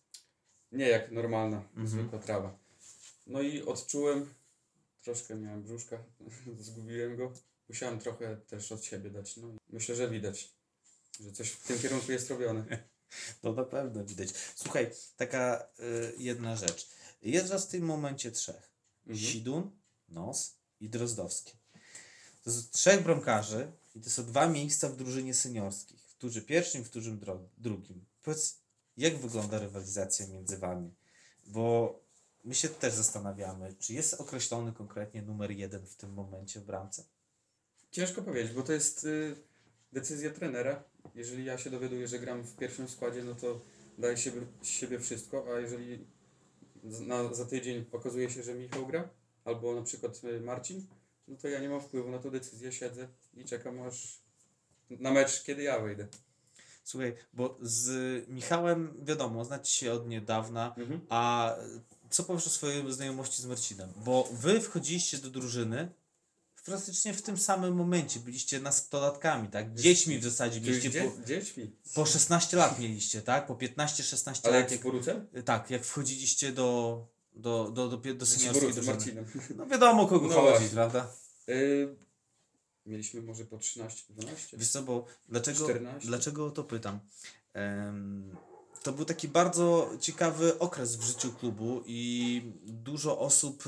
nie jak normalna, zwykła trawa. No i odczułem, troszkę miałem brzuszka, zgubiłem go. Musiałem trochę też od siebie dać. No. Myślę, że widać, że coś w tym kierunku jest robione. To na pewno widać. Słuchaj, taka jedna rzecz. Jest was w tym momencie 3. Sidun, Nos i Drozdowski. To są 3 bramkarzy i to są 2 miejsca w drużynie seniorskich. W turze pierwszym, w turze drugim. Powiedz, jak wygląda rywalizacja między wami? Bo my się też zastanawiamy, czy jest określony konkretnie numer 1 w tym momencie w bramce? Ciężko powiedzieć, bo to jest decyzja trenera. Jeżeli ja się dowiaduję, że gram w pierwszym składzie, no to daję siebie wszystko, a jeżeli za tydzień okazuje się, że Michał gra, albo na przykład Marcin, no to ja nie mam wpływu na tę decyzję, siedzę i czekam aż na mecz, kiedy ja wejdę. Słuchaj, bo z Michałem, wiadomo, znacie się od niedawna, a co powiesz o swojej znajomości z Marcinem? Bo wy wchodziliście do drużyny praktycznie w tym samym momencie, byliście nastolatkami, tak? Dziećmi w zasadzie mieliście, Dziećmi. po 16 lat mieliście, tak? Po 15-16 Ale lat. jak z Borucem? Tak, jak wchodziliście do seniorskiej Borucem, drużyny. Marcinem. No wiadomo, o kogo No chodzi, właśnie. prawda? Mieliśmy może po 13-12. Wiesz co, bo 14. dlaczego o to pytam? To był taki bardzo ciekawy okres w życiu klubu i dużo osób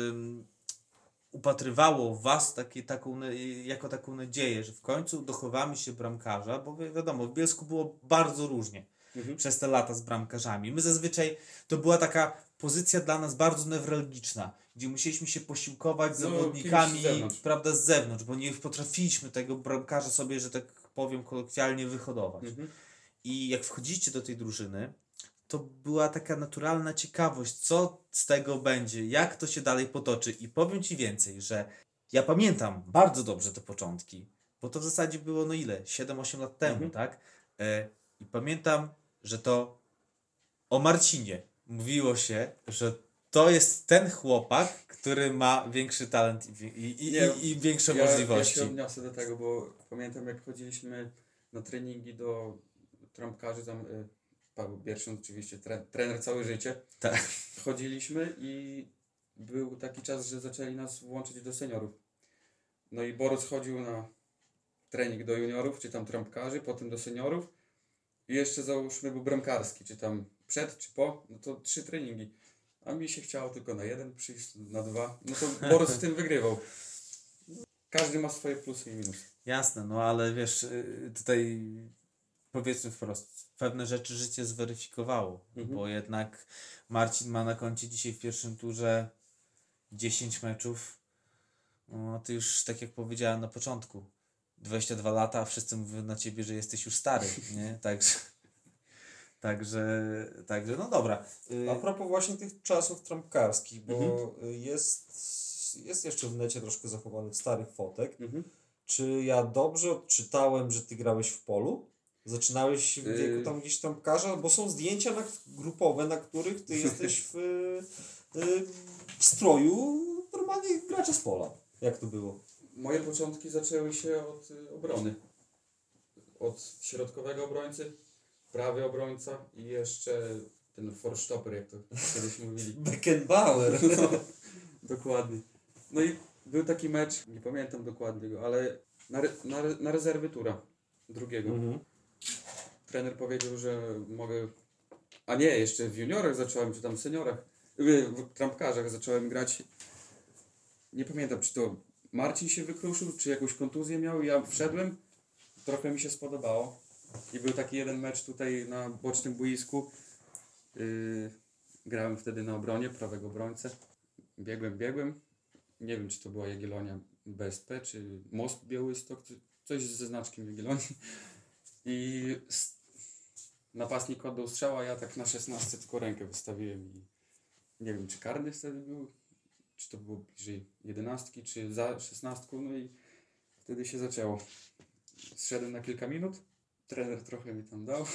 upatrywało w was jako taką nadzieję, że w końcu dochowamy się bramkarza, bo wiadomo, w Bielsku było bardzo różnie przez te lata z bramkarzami. My zazwyczaj, to była taka pozycja dla nas bardzo newralgiczna, gdzie musieliśmy się posiłkować z zawodnikami, kimś z zewnątrz. prawda, z zewnątrz, bo nie potrafiliśmy tego bramkarza sobie, że tak powiem kolokwialnie, wyhodować. I jak wchodzicie do tej drużyny, to była taka naturalna ciekawość, co z tego będzie, jak to się dalej potoczy. I powiem Ci więcej, że ja pamiętam bardzo dobrze te początki, bo to w zasadzie było 7-8 lat temu, tak? I pamiętam, że to o Marcinie mówiło się, że to jest ten chłopak, który ma większy talent i większe możliwości. Ja się odniosę do tego, bo pamiętam, jak chodziliśmy na treningi do trampkarzy, tam Paweł Bierszyn oczywiście, trener całe życie. Tak. Chodziliśmy i był taki czas, że zaczęli nas włączyć do seniorów. No i Borys chodził na trening do juniorów, czy tam trampkarzy, potem do seniorów i jeszcze załóżmy był bramkarski, czy tam przed, czy po, no to 3 treningi. A mi się chciało tylko na 1 przyjść, na 2. No to Borys w tym wygrywał. Każdy ma swoje plusy i minusy. Jasne, no ale wiesz, tutaj powiedzmy wprost, pewne rzeczy życie zweryfikowało, bo jednak Marcin ma na koncie dzisiaj w pierwszym turze 10 meczów. No ty już, tak jak powiedziałem na początku, 22 lata, a wszyscy mówią na ciebie, że jesteś już stary, nie? Także no dobra. A propos właśnie tych czasów trampkarskich, bo jest jeszcze w necie troszkę zachowanych starych fotek. Czy ja dobrze odczytałem, że ty grałeś w polu? Zaczynałeś w wieku tam gdzieś trampkarza? Bo są zdjęcia grupowe, na których ty jesteś w stroju normalnie gracza z pola. Jak to było? Moje początki zaczęły się od obrony. Od środkowego obrońcy, prawy obrońca i jeszcze ten forstopper, jak to kiedyś mówili. Beckenbauer. No, dokładnie. No i był taki mecz, nie pamiętam dokładnie go, ale na rezerwy tura drugiego. Trener powiedział, że mogę... A nie, jeszcze w juniorach zacząłem, czy tam w seniorach, w trampkarzach zacząłem grać. Nie pamiętam, czy to Marcin się wykruszył, czy jakąś kontuzję miał i ja wszedłem. Trochę mi się spodobało. I był taki jeden mecz tutaj na bocznym boisku. Grałem wtedy na obronie, prawego obrońcę. Biegłem. Nie wiem, czy to była Jagiellonia BSP, czy Most Białystok, coś ze znaczkiem Jagiellonii. I napastnik oddał strzała, ja tak na 16 tylko rękę wystawiłem i nie wiem, czy karny wtedy był, czy to było bliżej 11, czy za 16, no i wtedy się zaczęło. Zszedłem na kilka minut, trener trochę mi tam dał.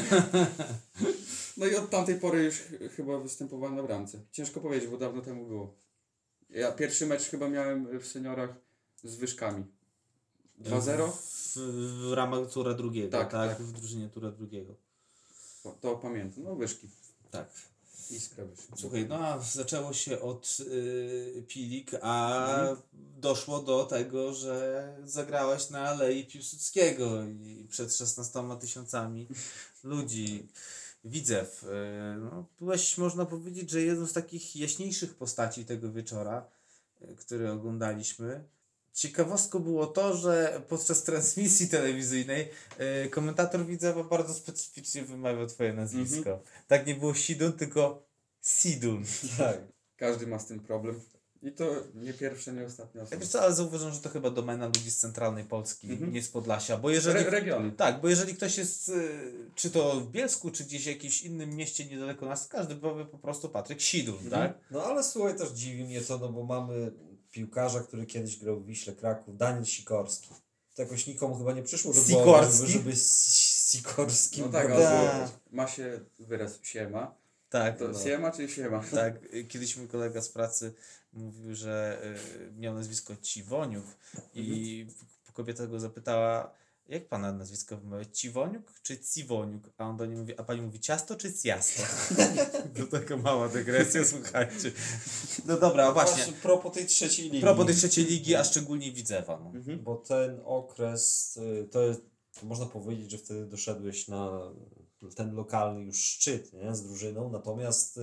No i od tamtej pory już chyba występowałem na bramce. Ciężko powiedzieć, bo dawno temu było. Ja pierwszy mecz chyba miałem w seniorach z Wyszkami. 2-0. W ramach tura drugiego, Tak. W drużynie tura drugiego. To pamiętam, no Wyszki. Tak. Iskra Wyszki. Słuchaj, no a zaczęło się od Pilik, a doszło do tego, że zagrałeś na Alei Piłsudskiego i przed 16 tysiącami ludzi. Widzew. No, byłeś, można powiedzieć, że jedną z takich jaśniejszych postaci tego wieczora, który oglądaliśmy. Ciekawostką było to, że podczas transmisji telewizyjnej komentator Widzewa bardzo specyficznie wymawiał twoje nazwisko. Tak nie było Sidun, tylko Sidun. Tak. Każdy ma z tym problem. I to nie pierwsza, nie ostatnia osoba. Wiesz co, ale zauważam, że to chyba domena ludzi z centralnej Polski, nie z Podlasia, bo jeżeli... Regiony. Tak, bo jeżeli ktoś jest, czy to w Bielsku, czy gdzieś w jakimś innym mieście niedaleko nas, każdy powie po prostu Patryk Sidun, tak? No ale słuchaj, też dziwi mnie to, no bo mamy piłkarza, który kiedyś grał w Wiśle Kraków, Daniel Sikorski. To jakoś nikomu chyba nie przyszło do głowy, żeby Sikorskim. No tak, był. ale ma się wyraz siema. Tak, To siema czy siema? tak. Kiedyś mój kolega z pracy mówił, że miał nazwisko Ciwoniuk i kobieta go zapytała, jak pana nazwisko wymawiać, Ciwoniuk czy Ciwoniuk? A on do niej mówi, a pani mówi ciasto czy ciasto? To taka mała dygresja, słuchajcie. No dobra, właśnie. Propos tej trzeciej ligi. Propos tej trzeciej ligi, a szczególnie Widzewa. No. Bo ten okres, to jest, można powiedzieć, że wtedy doszedłeś na ten lokalny już szczyt, nie? Z drużyną, natomiast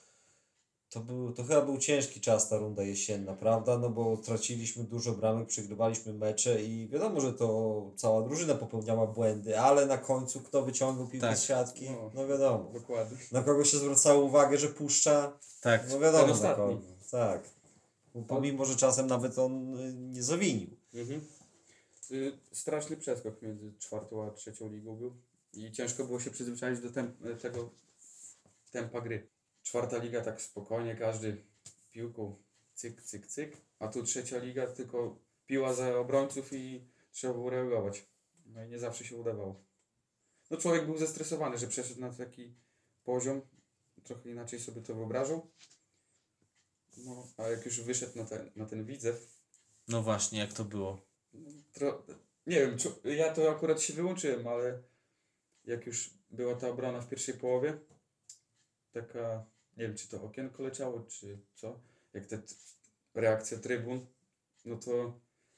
to chyba był ciężki czas, ta runda jesienna, prawda? No bo traciliśmy dużo bramek, przegrywaliśmy mecze i wiadomo, że to cała drużyna popełniała błędy, ale na końcu kto wyciągał piłkę z siatki? No wiadomo. Dokładnie. Na kogo się zwracało uwagę, że puszcza? Tak. No wiadomo Ten na ostatni. kogo. Tak. Pomimo, że czasem nawet on nie zawinił. Straszny przeskok między 4. a 3. ligą był. I ciężko było się przyzwyczaić do tego tempa gry. 4. liga tak spokojnie, każdy piłką cyk, cyk, cyk. A tu 3. liga tylko piła za obrońców i trzeba było reagować. No i nie zawsze się udawało. No człowiek był zestresowany, że przeszedł na taki poziom. Trochę inaczej sobie to wyobrażał. No, a jak już wyszedł na ten Widzew, No właśnie, jak to było? nie wiem, ja to akurat się wyłączyłem, ale jak już była ta obrona w pierwszej połowie, taka, nie wiem czy to okienko leciało, czy co, jak reakcja trybun, no to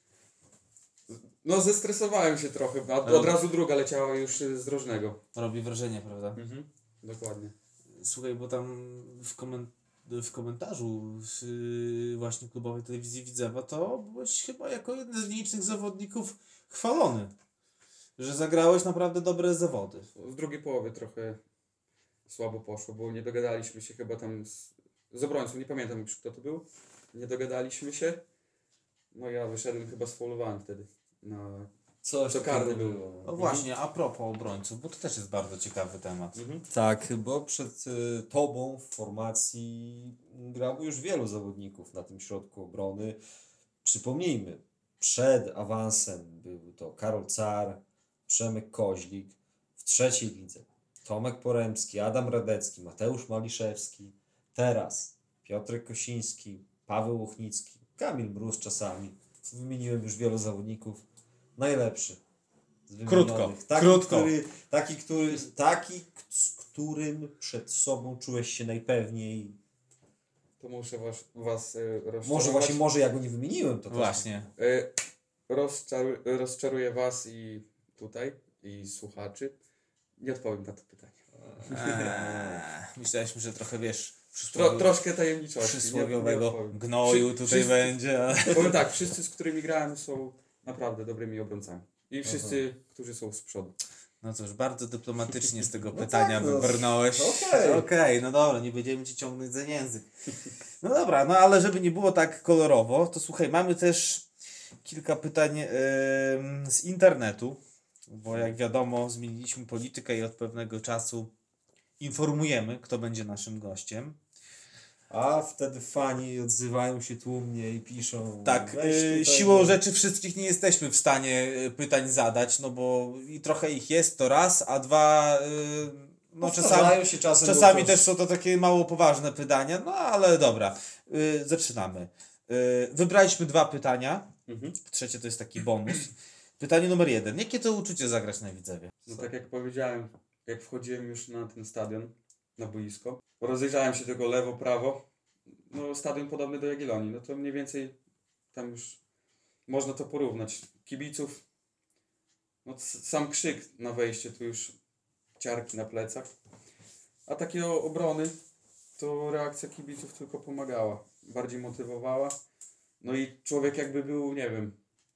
no zestresowałem się trochę, a od razu druga leciała już z rożnego. Robi wrażenie, prawda? Dokładnie. Słuchaj, bo tam w komentarzu właśnie klubowej telewizji Widzewa to byłeś chyba jako jeden z nielicznych zawodników chwalony, że zagrałeś naprawdę dobre zawody. W drugiej połowie trochę słabo poszło, bo nie dogadaliśmy się chyba tam z obrońcą, nie pamiętam już kto to był, nie dogadaliśmy się, no ja wyszedłem, chyba sfaulowałem wtedy, Coś to karne było. No właśnie, a propos obrońców, bo to też jest bardzo ciekawy temat. Tak, bo przed tobą w formacji grało już wielu zawodników na tym środku obrony. Przypomnijmy, przed awansem był to Karol Car, Przemek Koźlik, w 3. lidze Tomek Poremski, Adam Radecki, Mateusz Maliszewski, teraz Piotrek Kosiński, Paweł Ochnicki, Kamil Mróz czasami. Wymieniłem już wielu zawodników. Najlepszy z wymienionych. Krótko. Taki, z którym przed sobą czułeś się najpewniej. To muszę was Może może ja go nie wymieniłem, to Właśnie. Rozczaruję was i tutaj, i słuchaczy. Nie odpowiem na to pytanie. Myśleliśmy, że trochę wiesz, troszkę tajemniczości. Przysłowiowego gnoju tutaj będzie. Powiem tak, wszyscy, z którymi grałem, są naprawdę dobrymi obrońcami. I wszyscy, którzy są z przodu. No cóż, bardzo dyplomatycznie z tego pytania wybrnąłeś. Okej. No dobra, nie będziemy ci ciągnąć za język. No dobra, no ale żeby nie było tak kolorowo, to słuchaj, mamy też kilka pytań z internetu, bo jak wiadomo, zmieniliśmy politykę i od pewnego czasu informujemy, kto będzie naszym gościem. A wtedy fani odzywają się tłumnie i piszą. Tak, siłą rzeczy wszystkich nie jesteśmy w stanie pytań zadać, no bo i trochę ich jest, to raz, a dwa, no czasami też są to takie mało poważne pytania, no ale dobra, zaczynamy. Wybraliśmy 2 pytania, trzecie to jest taki bonus. Pytanie numer 1. Jakie to uczucie zagrać na Widzewie? No tak jak powiedziałem, jak wchodziłem już na ten stadion, na boisko, rozejrzałem się tylko lewo, prawo, no stadion podobny do Jagiellonii, no to mniej więcej tam już można to porównać. Kibiców, no sam krzyk na wejście, tu już ciarki na plecach, a takie obrony, to reakcja kibiców tylko pomagała, bardziej motywowała, no i człowiek jakby był, nie wiem,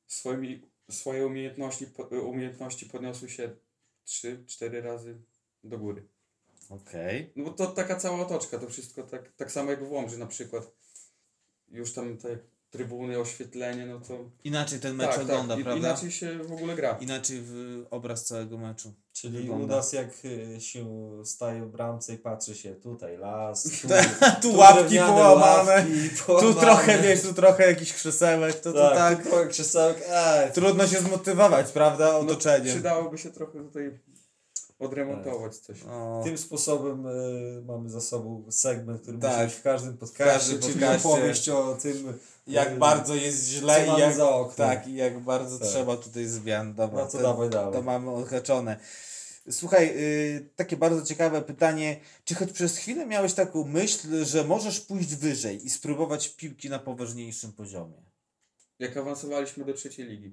swoje umiejętności podniosły się 3-4 razy do góry. Okej. No bo to taka cała otoczka, to wszystko tak samo jak w Łomży na przykład. Już tam te trybuny, oświetlenie, no to... Inaczej ten mecz wygląda, prawda? Inaczej się w ogóle gra. Inaczej obraz całego meczu. Czyli wygląda. u nas jak się staje w bramce i patrzy się tutaj las, Tu łapki drewniane połamane, ławki tu trochę wiesz, tu trochę jakichś krzesełek, to tak. Tu trochę krzesełek, Trudno się zmotywować, prawda, otoczeniem. Przydałoby się trochę tutaj odremontować coś. Tym sposobem mamy za sobą segment, który musi Tak. być w każdym podcaście, czyli opowieść o tym, jak bardzo jest źle i jak, za oknem. tak, i jak bardzo trzeba tutaj zmian. Dobra, No to dawaj dalej. To mamy odhaczone. Słuchaj, takie bardzo ciekawe pytanie. Czy choć przez chwilę miałeś taką myśl, że możesz pójść wyżej i spróbować piłki na poważniejszym poziomie? Jak awansowaliśmy do 3. ligi,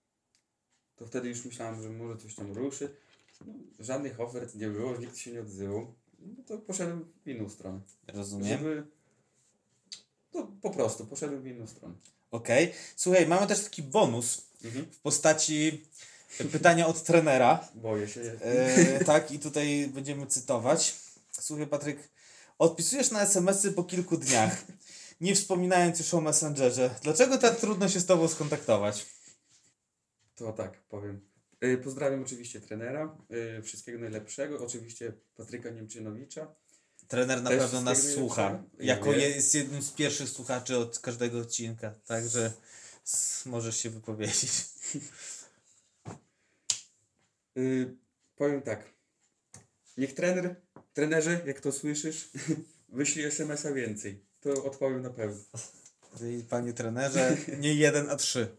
to wtedy już myślałem, że może coś tam ruszy. No, żadnych ofert nie było, nikt się nie odzywał. No to poszedłem w inną stronę. Rozumiem. No po prostu poszedłem w inną stronę. Okej. Słuchaj, mamy też taki bonus w postaci pytania od trenera. Boję się. Tak, i tutaj będziemy cytować. Słuchaj, Patryk, odpisujesz na SMS-y po kilku dniach, nie wspominając już o Messengerze. Dlaczego tak trudno się z tobą skontaktować? To tak, powiem. Pozdrawiam oczywiście trenera, wszystkiego najlepszego, oczywiście Patryka Niemczynowicza. Trener na Też pewno nas wszystkiego słucha. najlepszego. Jako Ja wiem. jest jednym z pierwszych słuchaczy od każdego odcinka. Także możesz się wypowiedzieć. Powiem tak, niech trenerze, jak to słyszysz, wyślij SMS-a więcej, to odpowiem na pewno. I panie trenerze, nie 1, a 3.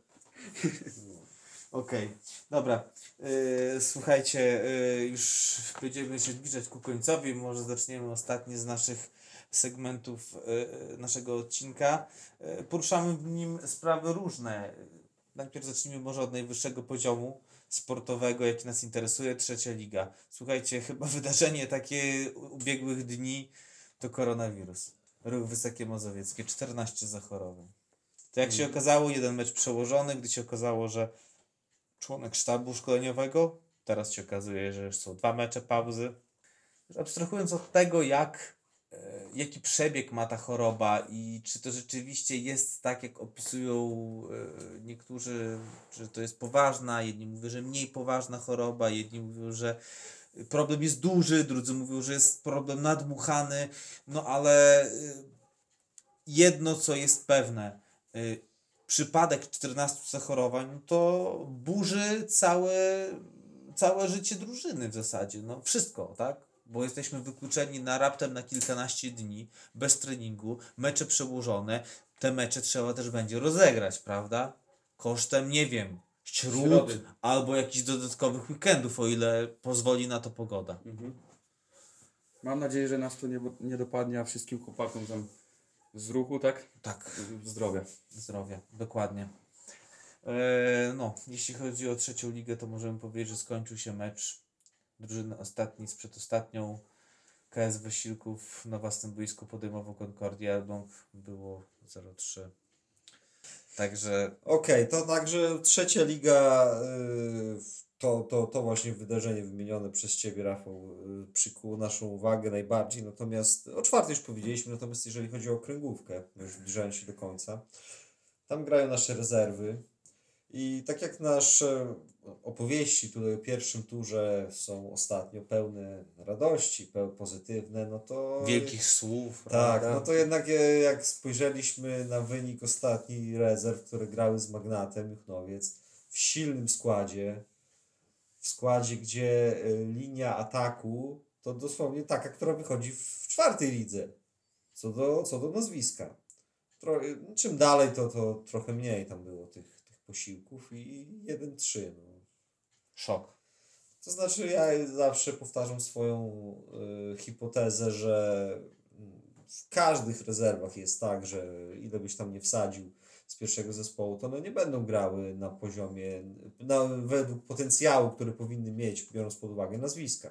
Okej, dobra. Słuchajcie, już będziemy się zbliżać ku końcowi. Może zaczniemy ostatni z naszych segmentów naszego odcinka. Poruszamy w nim sprawy różne. Najpierw zacznijmy może od najwyższego poziomu sportowego, jaki nas interesuje, 3. liga. Słuchajcie, chyba wydarzenie takie ubiegłych dni to koronawirus. Ruch Wysokie Mazowieckie, 14 zachorowań. To jak się okazało, jeden mecz przełożony, gdy się okazało, że członek sztabu szkoleniowego, teraz się okazuje, że już są 2 mecze pauzy. Już abstrahując od tego, jaki przebieg ma ta choroba i czy to rzeczywiście jest tak, jak opisują niektórzy, że to jest poważna, jedni mówią, że mniej poważna choroba, jedni mówią, że problem jest duży, drudzy mówią, że jest problem nadmuchany, no ale jedno, co jest pewne, przypadek 14 zachorowań, no to burzy całe życie drużyny w zasadzie, no wszystko, tak? Bo jesteśmy wykluczeni raptem na kilkanaście dni, bez treningu, mecze przełożone, te mecze trzeba też będzie rozegrać, prawda? Kosztem, nie wiem, śród Środy. albo jakichś dodatkowych weekendów, o ile pozwoli na to pogoda. Mam nadzieję, że nas to nie dopadnie, a wszystkim chłopakom tam z ruchu, tak? Tak. Zdrowia. Zdrowia, dokładnie. No, jeśli chodzi o 3. ligę, to możemy powiedzieć, że skończył się mecz drużyny ostatni z przedostatnią. KS Wysiłków na własnym boisku podejmował Concordia Elbląg. Było 0-3. Także Okej, to także 3. liga, to właśnie wydarzenie wymienione przez Ciebie, Rafał, przykuło naszą uwagę najbardziej. Natomiast o 4. już powiedzieliśmy, natomiast jeżeli chodzi o okręgówkę, już zbliżając się do końca, tam grają nasze rezerwy. I tak jak nasze opowieści tutaj o pierwszym turze są ostatnio pełne radości, pozytywne, no to... wielkich słów. Tak, prawda? no to jednak jak spojrzeliśmy na wynik ostatni rezerw, które grały z Magnatem Juchnowiec w silnym składzie, w składzie, gdzie linia ataku to dosłownie taka, która wychodzi w 4. lidze, co do nazwiska. Czym dalej, to trochę mniej tam było tych posiłków i 1-3. No. Szok. To znaczy, ja zawsze powtarzam swoją hipotezę, że w każdych rezerwach jest tak, że ile byś tam nie wsadził z pierwszego zespołu, to one nie będą grały na poziomie, według potencjału, który powinny mieć, biorąc pod uwagę nazwiska.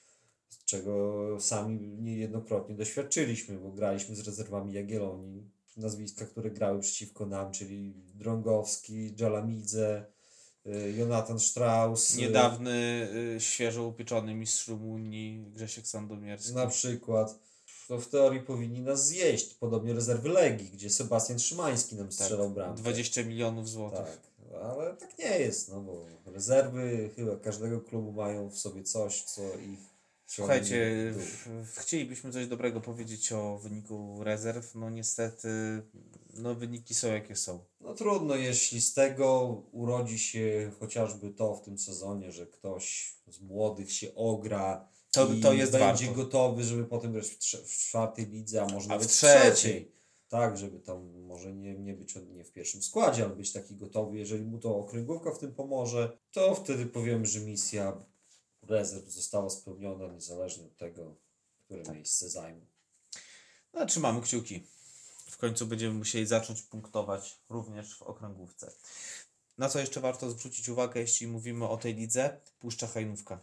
Z czego sami niejednokrotnie doświadczyliśmy, bo graliśmy z rezerwami Jagiellonii, nazwiska, które grały przeciwko nam, czyli Drągowski, Dżalamidze, Jonathan Strauss. Niedawny, świeżo upieczony mistrz Rumunii Grzesiek Sandomierski. Na przykład. To w teorii powinni nas zjeść. Podobnie rezerwy Legii, gdzie Sebastian Szymański nam strzelał bramkę. 20 milionów złotych. Tak, ale tak nie jest, no bo rezerwy chyba każdego klubu mają w sobie coś, co ich... Słuchajcie, chcielibyśmy coś dobrego powiedzieć o wyniku rezerw. No niestety, no wyniki są jakie są. No trudno, jeśli z tego urodzi się chociażby to w tym sezonie, że ktoś z młodych się ogra to jest będzie warto. gotowy, żeby potem grać w 4. lidze, a może A nawet w w trzeciej. 3. Tak, żeby tam może nie być nie w pierwszym składzie, ale być taki gotowy. Jeżeli mu to okręgówka w tym pomoże, to wtedy powiemy, że misja rezerw została spełniona, niezależnie od tego, które miejsce zajmą. No, trzymamy kciuki. W końcu będziemy musieli zacząć punktować również w okręgówce. Na co jeszcze warto zwrócić uwagę, jeśli mówimy o tej lidze? Puszcza Hajnówka.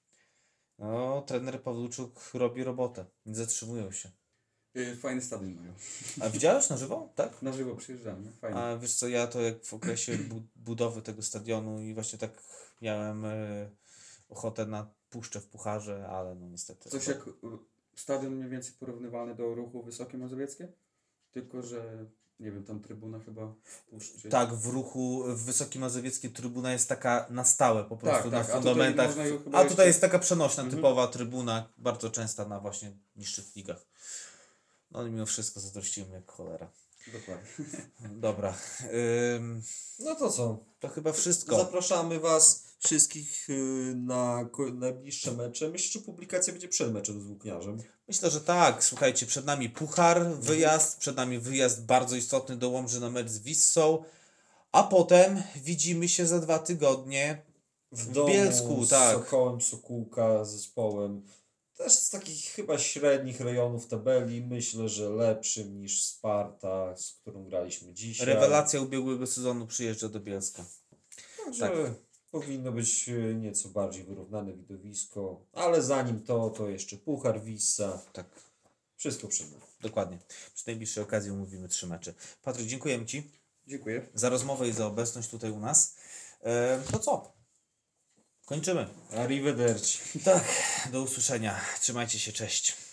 No, trener Pawluczuk robi robotę. Nie zatrzymują się. Fajny stadion mają. A widziałeś na żywo? Tak? Na żywo przyjeżdżamy, fajnie. A wiesz co, ja to jak w okresie budowy tego stadionu i właśnie tak miałem ochotę na Puszczę w Pucharze, ale no niestety. Coś jak stadion mniej więcej porównywalny do Ruchu Wysokie Mazowieckie, tylko że Nie wiem, tam trybuna chyba w Puszczy. Tak, w Ruchu, w Wysokim Mazowieckim trybuna jest taka na stałe po prostu na tak, a tutaj fundamentach. można ją chyba A tutaj jeszcze- jest taka przenośna, Mhm. typowa trybuna, bardzo częsta na właśnie niższych ligach. No ale mimo wszystko zazdrościłem jak cholera. Dokładnie. Dobra, No to co? to chyba wszystko. Zapraszamy Was wszystkich na najbliższe mecze. Myślę, że publikacja będzie przed meczem z Włókniarzem. Myślę, że tak. Słuchajcie, przed nami puchar, wyjazd, przed nami wyjazd bardzo istotny do Łomży na mecz z Wissą, a potem widzimy się za 2 tygodnie w domu Bielsku, z tak. Sokołem, Sokółka, zespołem. Też z takich chyba średnich rejonów tabeli. Myślę, że lepszym niż Sparta, z którą graliśmy dzisiaj. Rewelacja ubiegłego sezonu przyjeżdża do Bielska. Także powinno być nieco bardziej wyrównane widowisko. Ale zanim to jeszcze puchar, Wissa. Tak, Wszystko przed nami. dokładnie. Przy najbliższej okazji omówimy 3 mecze. Patryk, dziękujemy Ci Dziękuję. za rozmowę i za obecność tutaj u nas. To co? Kończymy. Arrivederci. Tak, do usłyszenia. Trzymajcie się, cześć.